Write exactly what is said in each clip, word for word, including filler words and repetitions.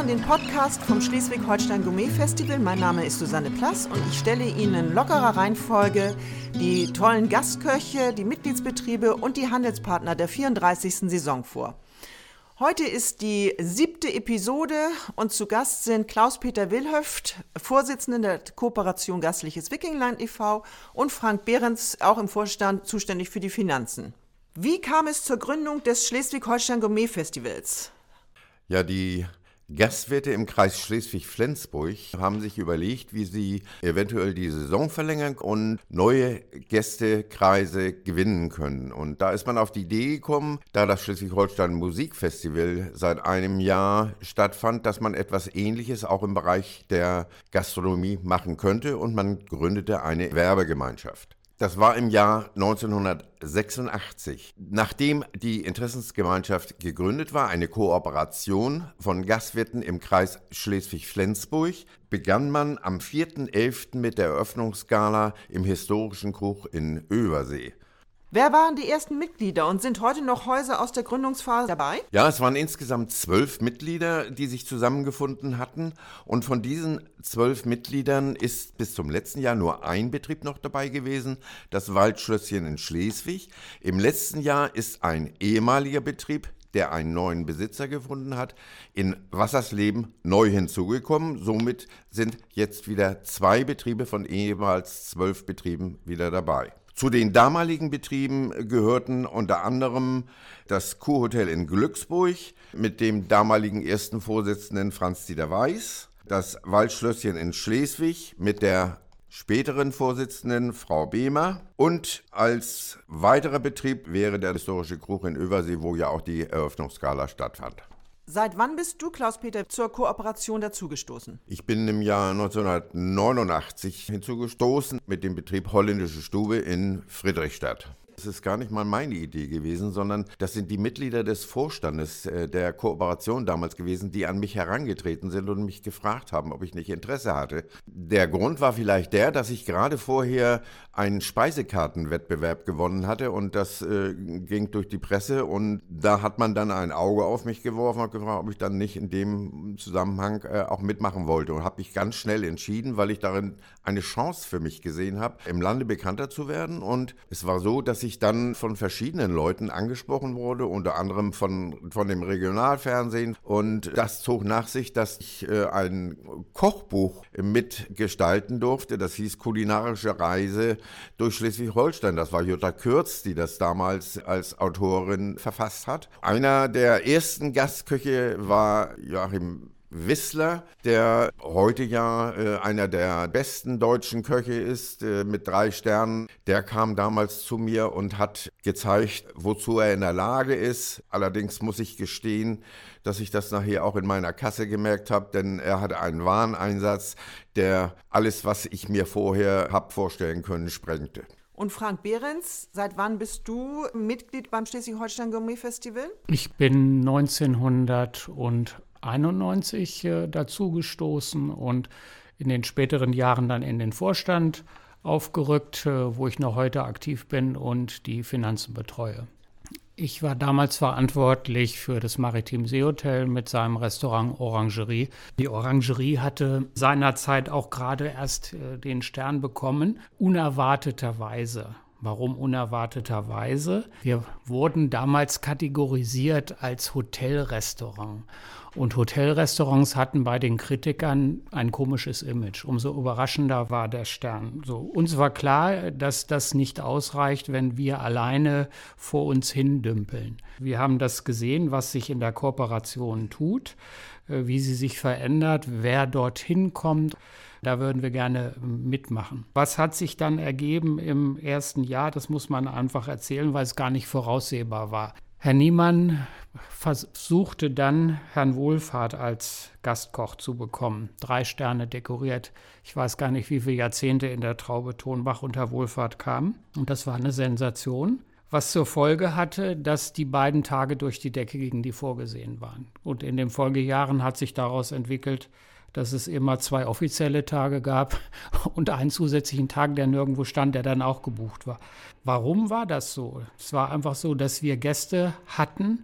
hören den Podcast vom Schleswig-Holstein Gourmet Festival. Mein Name ist Susanne Plass und ich stelle Ihnen in lockerer Reihenfolge die tollen Gastköche, die Mitgliedsbetriebe und die Handelspartner der vierunddreißigsten Saison vor. Heute ist die siebte Episode und zu Gast sind Klaus-Peter Wilhöft, Vorsitzender der Kooperation Gastliches Wikingland e V und Frank Behrens, auch im Vorstand zuständig für die Finanzen. Wie kam es zur Gründung des Schleswig-Holstein Gourmet Festivals? Ja, die Gastwirte im Kreis Schleswig-Flensburg haben sich überlegt, wie sie eventuell die Saison verlängern und neue Gästekreise gewinnen können. Und da ist man auf die Idee gekommen, da das Schleswig-Holstein Musikfestival seit einem Jahr stattfand, dass man etwas Ähnliches auch im Bereich der Gastronomie machen könnte, und man gründete eine Werbegemeinschaft. Das war im Jahr neunzehnhundertsechsundachtzig. Nachdem die Interessensgemeinschaft gegründet war, eine Kooperation von Gastwirten im Kreis Schleswig-Flensburg, begann man am vierten elften mit der Eröffnungsgala im historischen Krug in Översee. Wer waren die ersten Mitglieder und sind heute noch Häuser aus der Gründungsphase dabei? Ja, es waren insgesamt zwölf Mitglieder, die sich zusammengefunden hatten. Und von diesen zwölf Mitgliedern ist bis zum letzten Jahr nur ein Betrieb noch dabei gewesen, das Waldschlösschen in Schleswig. Im letzten Jahr ist ein ehemaliger Betrieb, der einen neuen Besitzer gefunden hat, in Wassersleben neu hinzugekommen. Somit sind jetzt wieder zwei Betriebe von ehemals zwölf Betrieben wieder dabei. Zu den damaligen Betrieben gehörten unter anderem das Kurhotel in Glücksburg mit dem damaligen ersten Vorsitzenden Franz-Dieter Weiß, das Waldschlösschen in Schleswig mit der späteren Vorsitzenden Frau Behmer, und als weiterer Betrieb wäre der historische Krug in Översee, wo ja auch die Eröffnungsgala stattfand. Seit wann bist du, Klaus-Peter, zur Kooperation dazugestoßen? Ich bin im Jahr neunzehnhundertneunundachtzig hinzugestoßen mit dem Betrieb Holländische Stube in Friedrichstadt. Das ist gar nicht mal meine Idee gewesen, sondern das sind die Mitglieder des Vorstandes der Kooperation damals gewesen, die an mich herangetreten sind und mich gefragt haben, ob ich nicht Interesse hatte. Der Grund war vielleicht der, dass ich gerade vorher einen Speisekartenwettbewerb gewonnen hatte, und das äh, ging durch die Presse, und da hat man dann ein Auge auf mich geworfen und gefragt, ob ich dann nicht in dem Zusammenhang äh, auch mitmachen wollte, und habe mich ganz schnell entschieden, weil ich darin eine Chance für mich gesehen habe, im Lande bekannter zu werden. Und es war so, dass ich dann von verschiedenen Leuten angesprochen wurde, unter anderem von, von dem Regionalfernsehen, und das zog nach sich, dass ich äh, ein Kochbuch mitgestalten durfte, das hieß Kulinarische Reise durch Schleswig-Holstein. Das war Jutta Kürz, die das damals als Autorin verfasst hat. Einer der ersten Gastköche war Joachim Wissler, der heute ja äh, einer der besten deutschen Köche ist, äh, mit drei Sternen. Der kam damals zu mir und hat gezeigt, wozu er in der Lage ist. Allerdings muss ich gestehen, dass ich das nachher auch in meiner Kasse gemerkt habe, denn er hatte einen Wareneinsatz, der alles, was ich mir vorher habe vorstellen können, sprengte. Und Frank Behrens, seit wann bist du Mitglied beim Schleswig-Holstein Gourmet Festival? Ich bin neunzehnhunderteinundneunzig äh, dazugestoßen und in den späteren Jahren dann in den Vorstand aufgerückt, äh, wo ich noch heute aktiv bin und die Finanzen betreue. Ich war damals verantwortlich für das Maritim Seehotel mit seinem Restaurant Orangerie. Die Orangerie hatte seinerzeit auch gerade erst äh, den Stern bekommen, unerwarteterweise. Warum unerwarteterweise? Wir wurden damals kategorisiert als Hotelrestaurant. Und Hotelrestaurants hatten bei den Kritikern ein komisches Image. Umso überraschender war der Stern. So, uns war klar, dass das nicht ausreicht, wenn wir alleine vor uns hindümpeln. Wir haben das gesehen, was sich in der Kooperation tut, wie sie sich verändert, wer dorthin kommt. Da würden wir gerne mitmachen. Was hat sich dann ergeben im ersten Jahr? Das muss man einfach erzählen, weil es gar nicht voraussehbar war. Herr Niemann versuchte dann, Herrn Wohlfahrt als Gastkoch zu bekommen. Drei Sterne dekoriert. Ich weiß gar nicht, wie viele Jahrzehnte in der Traube Tonbach unter Wohlfahrt kamen. Und das war eine Sensation, was zur Folge hatte, dass die beiden Tage durch die Decke gingen, die vorgesehen waren. Und in den Folgejahren hat sich daraus entwickelt, dass es immer zwei offizielle Tage gab und einen zusätzlichen Tag, der nirgendwo stand, der dann auch gebucht war. Warum war das so? Es war einfach so, dass wir Gäste hatten,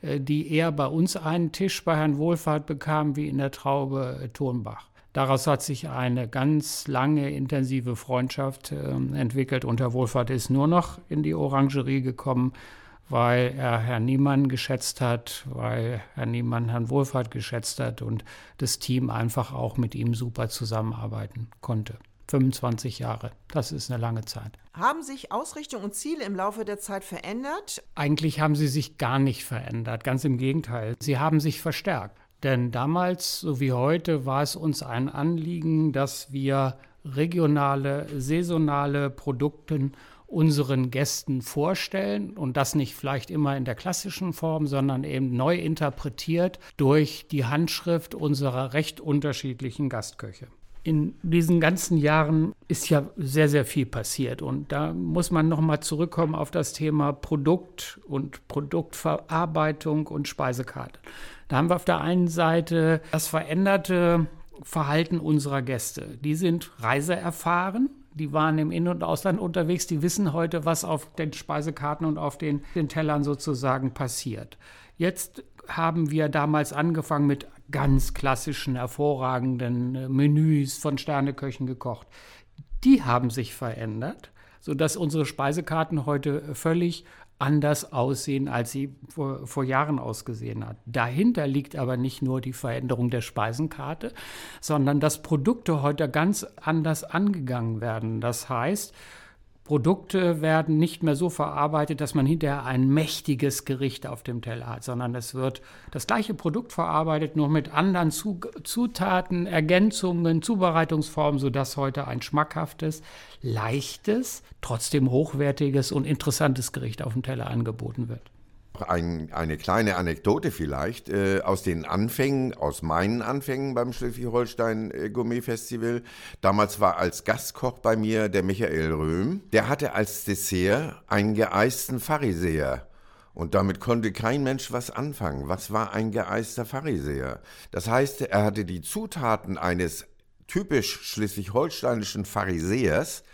die eher bei uns einen Tisch bei Herrn Wohlfahrt bekamen wie in der Traube Thurnbach. Daraus hat sich eine ganz lange, intensive Freundschaft äh, entwickelt und Herr Wohlfahrt ist nur noch in die Orangerie gekommen, weil er Herrn Niemann geschätzt hat, weil Herr Niemann Herrn Wohlfahrt geschätzt hat und das Team einfach auch mit ihm super zusammenarbeiten konnte. fünfundzwanzig Jahre, das ist eine lange Zeit. Haben sich Ausrichtung und Ziele im Laufe der Zeit verändert? Eigentlich haben sie sich gar nicht verändert, ganz im Gegenteil. Sie haben sich verstärkt. Denn damals, so wie heute, war es uns ein Anliegen, dass wir regionale, saisonale Produkte unseren Gästen vorstellen und das nicht vielleicht immer in der klassischen Form, sondern eben neu interpretiert durch die Handschrift unserer recht unterschiedlichen Gastköche. In diesen ganzen Jahren ist ja sehr, sehr viel passiert und da muss man nochmal zurückkommen auf das Thema Produkt und Produktverarbeitung und Speisekarte. Da haben wir auf der einen Seite das veränderte Verhalten unserer Gäste. Die sind reiseerfahren, die waren im In- und Ausland unterwegs, die wissen heute, was auf den Speisekarten und auf den, den Tellern sozusagen passiert. Jetzt haben wir damals angefangen mit ganz klassischen, hervorragenden Menüs von Sterneköchen gekocht. Die haben sich verändert, sodass unsere Speisekarten heute völlig anders aussehen, als sie vor, vor Jahren ausgesehen hat. Dahinter liegt aber nicht nur die Veränderung der Speisenkarte, sondern dass Produkte heute ganz anders angegangen werden. Das heißt, Produkte werden nicht mehr so verarbeitet, dass man hinterher ein mächtiges Gericht auf dem Teller hat, sondern es wird das gleiche Produkt verarbeitet, nur mit anderen Zutaten, Ergänzungen, Zubereitungsformen, sodass heute ein schmackhaftes, leichtes, trotzdem hochwertiges und interessantes Gericht auf dem Teller angeboten wird. Ein, eine kleine Anekdote vielleicht äh, aus den Anfängen, aus meinen Anfängen beim Schleswig-Holstein äh, Gourmet Festival. Damals war als Gastkoch bei mir der Michael Röhm. Der hatte als Dessert einen geeisten Pharisäer. Und damit konnte kein Mensch was anfangen. Was war ein geeister Pharisäer? Das heißt, er hatte die Zutaten eines typisch schleswig-holsteinischen Pharisäers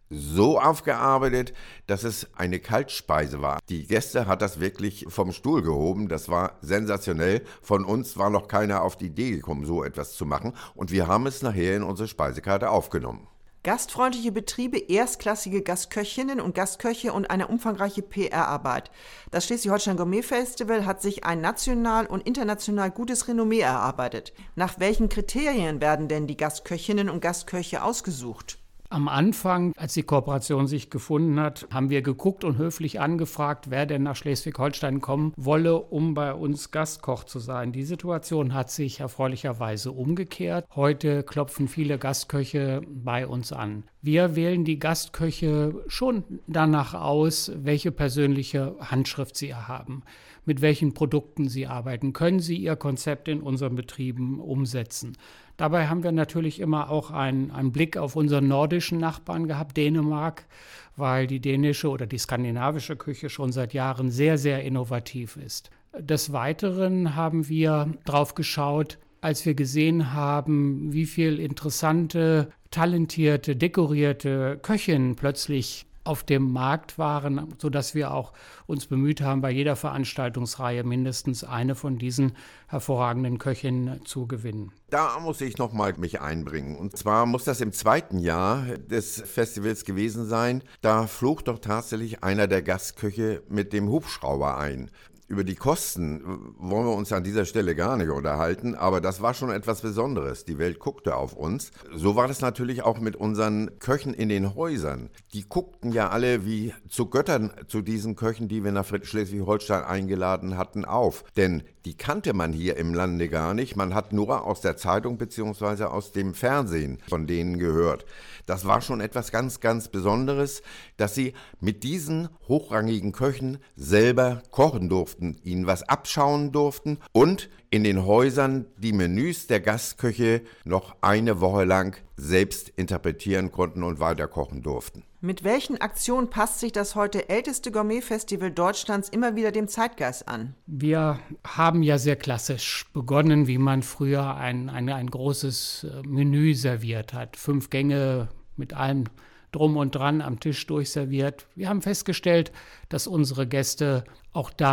so aufgearbeitet, dass es eine Kaltspeise war. Die Gäste hat das wirklich vom Stuhl gehoben. Das war sensationell. Von uns war noch keiner auf die Idee gekommen, so etwas zu machen. Und wir haben es nachher in unsere Speisekarte aufgenommen. Gastfreundliche Betriebe, erstklassige Gastköchinnen und Gastköche und eine umfangreiche P R-Arbeit. Das Schleswig-Holstein Gourmet Festival hat sich ein national und international gutes Renommee erarbeitet. Nach welchen Kriterien werden denn die Gastköchinnen und Gastköche ausgesucht? Am Anfang, als die Kooperation sich gefunden hat, haben wir geguckt und höflich angefragt, wer denn nach Schleswig-Holstein kommen wolle, um bei uns Gastkoch zu sein. Die Situation hat sich erfreulicherweise umgekehrt. Heute klopfen viele Gastköche bei uns an. Wir wählen die Gastköche schon danach aus, welche persönliche Handschrift sie haben, mit welchen Produkten sie arbeiten. Können sie ihr Konzept in unseren Betrieben umsetzen? Dabei haben wir natürlich immer auch einen, einen Blick auf unseren nordischen Nachbarn gehabt, Dänemark, weil die dänische oder die skandinavische Küche schon seit Jahren sehr, sehr innovativ ist. Des Weiteren haben wir drauf geschaut, als wir gesehen haben, wie viel interessante, talentierte, dekorierte Köchinnen plötzlich auf dem Markt waren, sodass wir auch uns bemüht haben, bei jeder Veranstaltungsreihe mindestens eine von diesen hervorragenden Köchinnen zu gewinnen. Da muss ich nochmal mich einbringen. Und zwar muss das im zweiten Jahr des Festivals gewesen sein. Da flog doch tatsächlich einer der Gastköche mit dem Hubschrauber ein. Über die Kosten wollen wir uns an dieser Stelle gar nicht unterhalten, aber das war schon etwas Besonderes. Die Welt guckte auf uns. So war das natürlich auch mit unseren Köchen in den Häusern. Die guckten ja alle wie zu Göttern zu diesen Köchen, die wir nach Schleswig-Holstein eingeladen hatten, auf. Denn die kannte man hier im Lande gar nicht. Man hat nur aus der Zeitung bzw. aus dem Fernsehen von denen gehört. Das war schon etwas ganz, ganz Besonderes, dass sie mit diesen hochrangigen Köchen selber kochen durften, ihnen was abschauen durften und in den Häusern die Menüs der Gastköche noch eine Woche lang selbst interpretieren konnten und weiter kochen durften. Mit welchen Aktionen passt sich das heute älteste Gourmet-Festival Deutschlands immer wieder dem Zeitgeist an? Wir haben ja sehr klassisch begonnen, wie man früher ein, ein, ein großes Menü serviert hat. Fünf Gänge mit allem drum und dran am Tisch durchserviert. Wir haben festgestellt, dass unsere Gäste auch da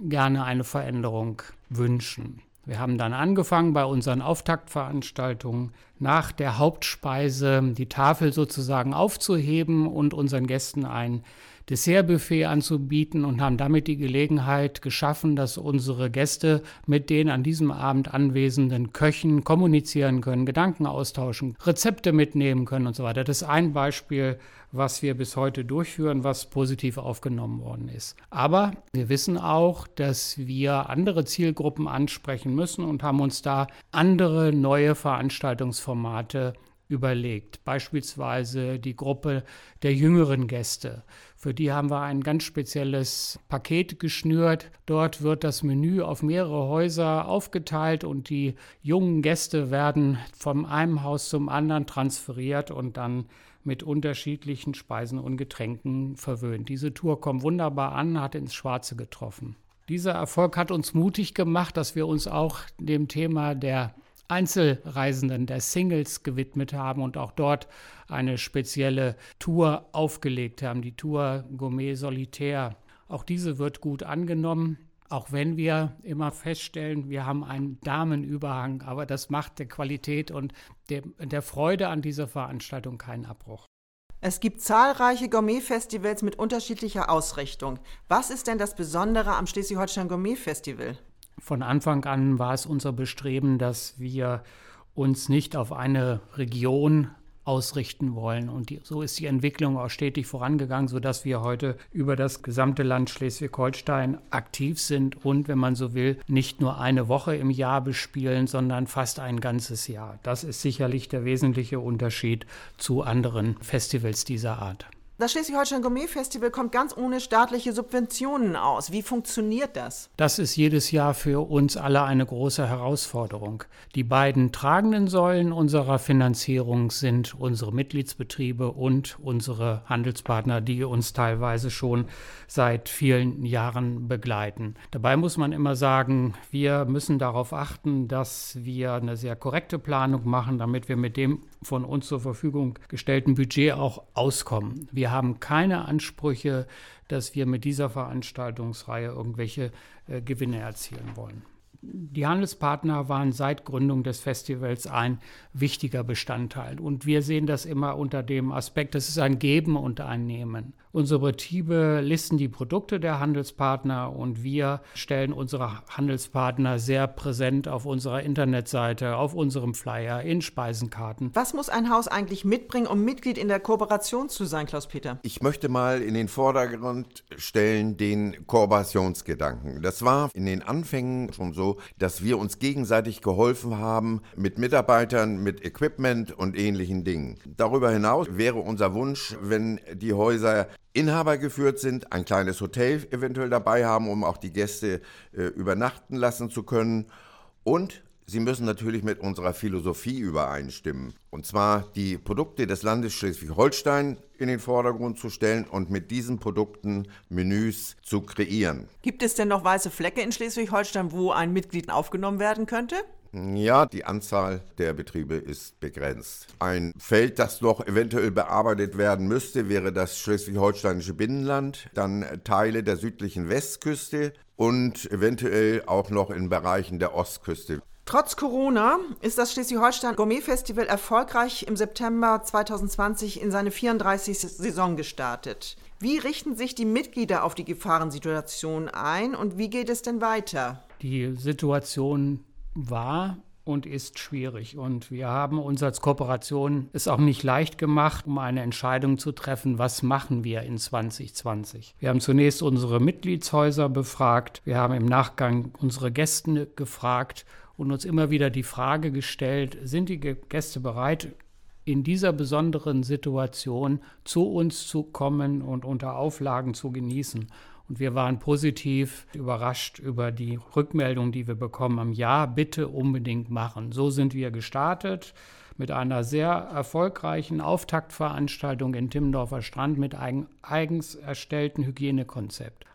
gerne eine Veränderung wünschen. Wir haben dann angefangen bei unseren Auftaktveranstaltungen nach der Hauptspeise die Tafel sozusagen aufzuheben und unseren Gästen ein Dessertbuffet anzubieten und haben damit die Gelegenheit geschaffen, dass unsere Gäste mit den an diesem Abend anwesenden Köchen kommunizieren können, Gedanken austauschen, Rezepte mitnehmen können und so weiter. Das ist ein Beispiel, was wir bis heute durchführen, was positiv aufgenommen worden ist. Aber wir wissen auch, dass wir andere Zielgruppen ansprechen müssen und haben uns da andere neue Veranstaltungsformate überlegt. Beispielsweise die Gruppe der jüngeren Gäste. Für die haben wir ein ganz spezielles Paket geschnürt. Dort wird das Menü auf mehrere Häuser aufgeteilt und die jungen Gäste werden von einem Haus zum anderen transferiert und dann mit unterschiedlichen Speisen und Getränken verwöhnt. Diese Tour kommt wunderbar an, hat ins Schwarze getroffen. Dieser Erfolg hat uns mutig gemacht, dass wir uns auch dem Thema der Einzelreisenden, der Singles gewidmet haben und auch dort eine spezielle Tour aufgelegt haben, die Tour Gourmet Solitaire. Auch diese wird gut angenommen, auch wenn wir immer feststellen, wir haben einen Damenüberhang, aber das macht der Qualität und der, der Freude an dieser Veranstaltung keinen Abbruch. Es gibt zahlreiche Gourmet-Festivals mit unterschiedlicher Ausrichtung. Was ist denn das Besondere am Schleswig-Holstein Gourmet-Festival? Von Anfang an war es unser Bestreben, dass wir uns nicht auf eine Region ausrichten wollen. Und die, so ist die Entwicklung auch stetig vorangegangen, sodass wir heute über das gesamte Land Schleswig-Holstein aktiv sind und, wenn man so will, nicht nur eine Woche im Jahr bespielen, sondern fast ein ganzes Jahr. Das ist sicherlich der wesentliche Unterschied zu anderen Festivals dieser Art. Das Schleswig-Holstein Gourmet-Festival kommt ganz ohne staatliche Subventionen aus. Wie funktioniert das? Das ist jedes Jahr für uns alle eine große Herausforderung. Die beiden tragenden Säulen unserer Finanzierung sind unsere Mitgliedsbetriebe und unsere Handelspartner, die uns teilweise schon seit vielen Jahren begleiten. Dabei muss man immer sagen, wir müssen darauf achten, dass wir eine sehr korrekte Planung machen, damit wir mit dem von uns zur Verfügung gestellten Budget auch auskommen. Wir haben keine Ansprüche, dass wir mit dieser Veranstaltungsreihe irgendwelche äh, Gewinne erzielen wollen. Die Handelspartner waren seit Gründung des Festivals ein wichtiger Bestandteil. Und wir sehen das immer unter dem Aspekt, es ist ein Geben und ein Nehmen. Unsere Betriebe listen die Produkte der Handelspartner und wir stellen unsere Handelspartner sehr präsent auf unserer Internetseite, auf unserem Flyer, in Speisenkarten. Was muss ein Haus eigentlich mitbringen, um Mitglied in der Kooperation zu sein, Klaus-Peter? Ich möchte mal in den Vordergrund stellen den Kooperationsgedanken. Das war in den Anfängen schon so, dass wir uns gegenseitig geholfen haben mit Mitarbeitern, mit Equipment und ähnlichen Dingen. Darüber hinaus wäre unser Wunsch, wenn die Häuser Inhaber geführt sind, ein kleines Hotel eventuell dabei haben, um auch die Gäste äh, übernachten lassen zu können. Und sie müssen natürlich mit unserer Philosophie übereinstimmen. Und zwar die Produkte des Landes Schleswig-Holstein in den Vordergrund zu stellen und mit diesen Produkten Menüs zu kreieren. Gibt es denn noch weiße Flecke in Schleswig-Holstein, wo ein Mitglied aufgenommen werden könnte? Ja, die Anzahl der Betriebe ist begrenzt. Ein Feld, das noch eventuell bearbeitet werden müsste, wäre das schleswig-holsteinische Binnenland, dann Teile der südlichen Westküste und eventuell auch noch in Bereichen der Ostküste. Trotz Corona ist das Schleswig-Holstein Gourmet-Festival erfolgreich im September zwanzig zwanzig in seine vierunddreißigste Saison gestartet. Wie richten sich die Mitglieder auf die Gefahrensituation ein und wie geht es denn weiter? Die Situation war und ist schwierig. Und wir haben uns als Kooperation es auch nicht leicht gemacht, um eine Entscheidung zu treffen, was machen wir in zwanzig zwanzig. Wir haben zunächst unsere Mitgliedshäuser befragt, wir haben im Nachgang unsere Gäste gefragt und uns immer wieder die Frage gestellt, sind die Gäste bereit, in dieser besonderen Situation zu uns zu kommen und unter Auflagen zu genießen. Und wir waren positiv überrascht über die Rückmeldung, die wir bekommen haben. Ja, bitte unbedingt machen. So sind wir gestartet mit einer sehr erfolgreichen Auftaktveranstaltung in Timmendorfer Strand mit einem eigens erstellten Hygienekonzept.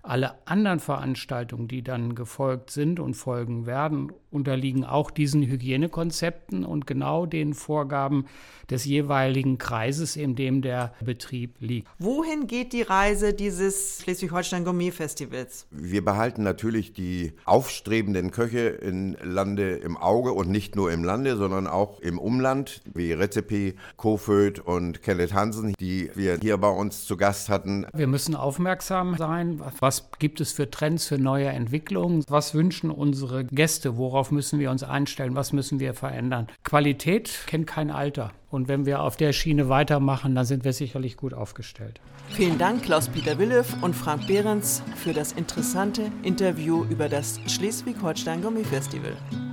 Alle anderen Veranstaltungen, die dann gefolgt sind und folgen werden, unterliegen auch diesen Hygienekonzepten und genau den Vorgaben des jeweiligen Kreises, in dem der Betrieb liegt. Wohin geht die Reise dieses Schleswig-Holstein Gourmet Festivals? Wir behalten natürlich die aufstrebenden Köche im Lande im Auge und nicht nur im Lande, sondern auch im Umland, wie Recipe, Koföd und Kenneth Hansen, die wir hier bei uns zu Gast hatten. Wir müssen aufmerksam sein. Was gibt es für Trends, für neue Entwicklungen? Was wünschen unsere Gäste? Worauf müssen wir uns einstellen? Was müssen wir verändern? Qualität kennt kein Alter. Und wenn wir auf der Schiene weitermachen, dann sind wir sicherlich gut aufgestellt. Vielen Dank, Klaus-Peter Willeff und Frank Behrens, für das interessante Interview über das Schleswig-Holstein Gourmet Festival.